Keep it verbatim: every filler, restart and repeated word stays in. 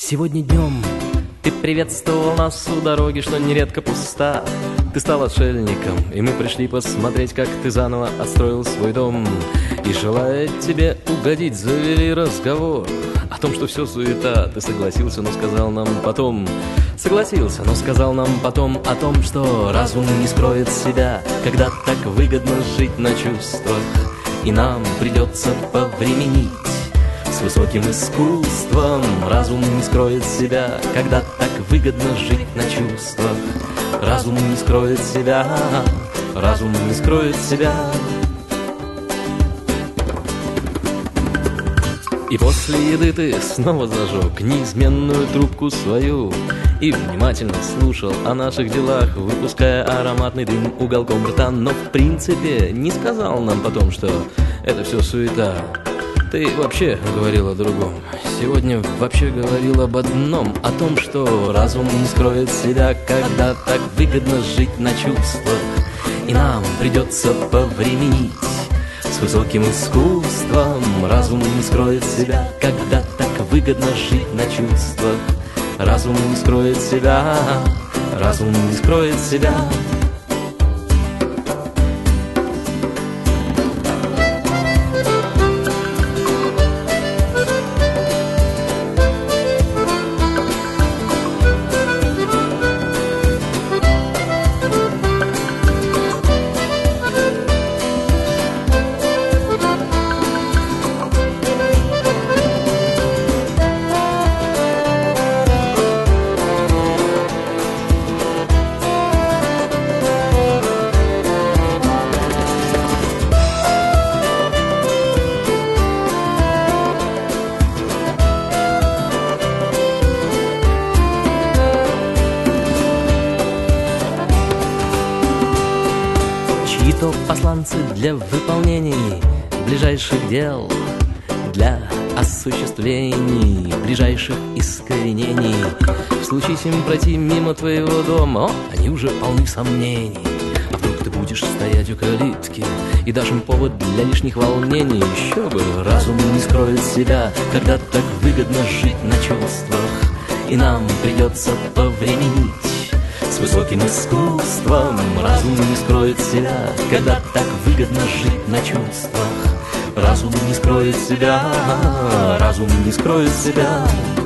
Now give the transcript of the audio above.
Сегодня днем ты приветствовал нас у дороги, что нередко пуста. Ты стал отшельником, и мы пришли посмотреть, как ты заново отстроил свой дом. И, желая тебе угодить, завели разговор о том, что все суета. Ты согласился, но сказал нам потом Согласился, но сказал нам потом о том, что разум не скроет себя, когда так выгодно жить на чувствах. И нам придется повременить с высоким искусством. Разум не скроет себя, когда так выгодно жить на чувствах. Разум не скроет себя, разум не скроет себя. И после еды ты снова зажег неизменную трубку свою и внимательно слушал о наших делах, выпуская ароматный дым уголком рта. Но в принципе не сказал нам потом, что это все суета. Ты вообще говорил о другом. Сегодня вообще говорил об одном, о том, что разум не скроет себя, когда так выгодно жить на чувствах. И нам придется повременить с высоким искусством. Разум не скроет себя, когда так выгодно жить на чувствах. Разум не скроет себя, разум не скроет себя. То посланцы для выполнений ближайших дел, для осуществлений ближайших искоренений. Случись им пройти мимо твоего дома, о, они уже полны сомнений. А вдруг ты будешь стоять у калитки и дашь им повод для лишних волнений? Еще бы, разум не скроет себя, когда так выгодно жить на чувствах. И нам придется повременить с высоким искусством. Разум не скроет себя, когда так выгодно жить на чувствах. Разум не скроет себя, разум не скроет себя.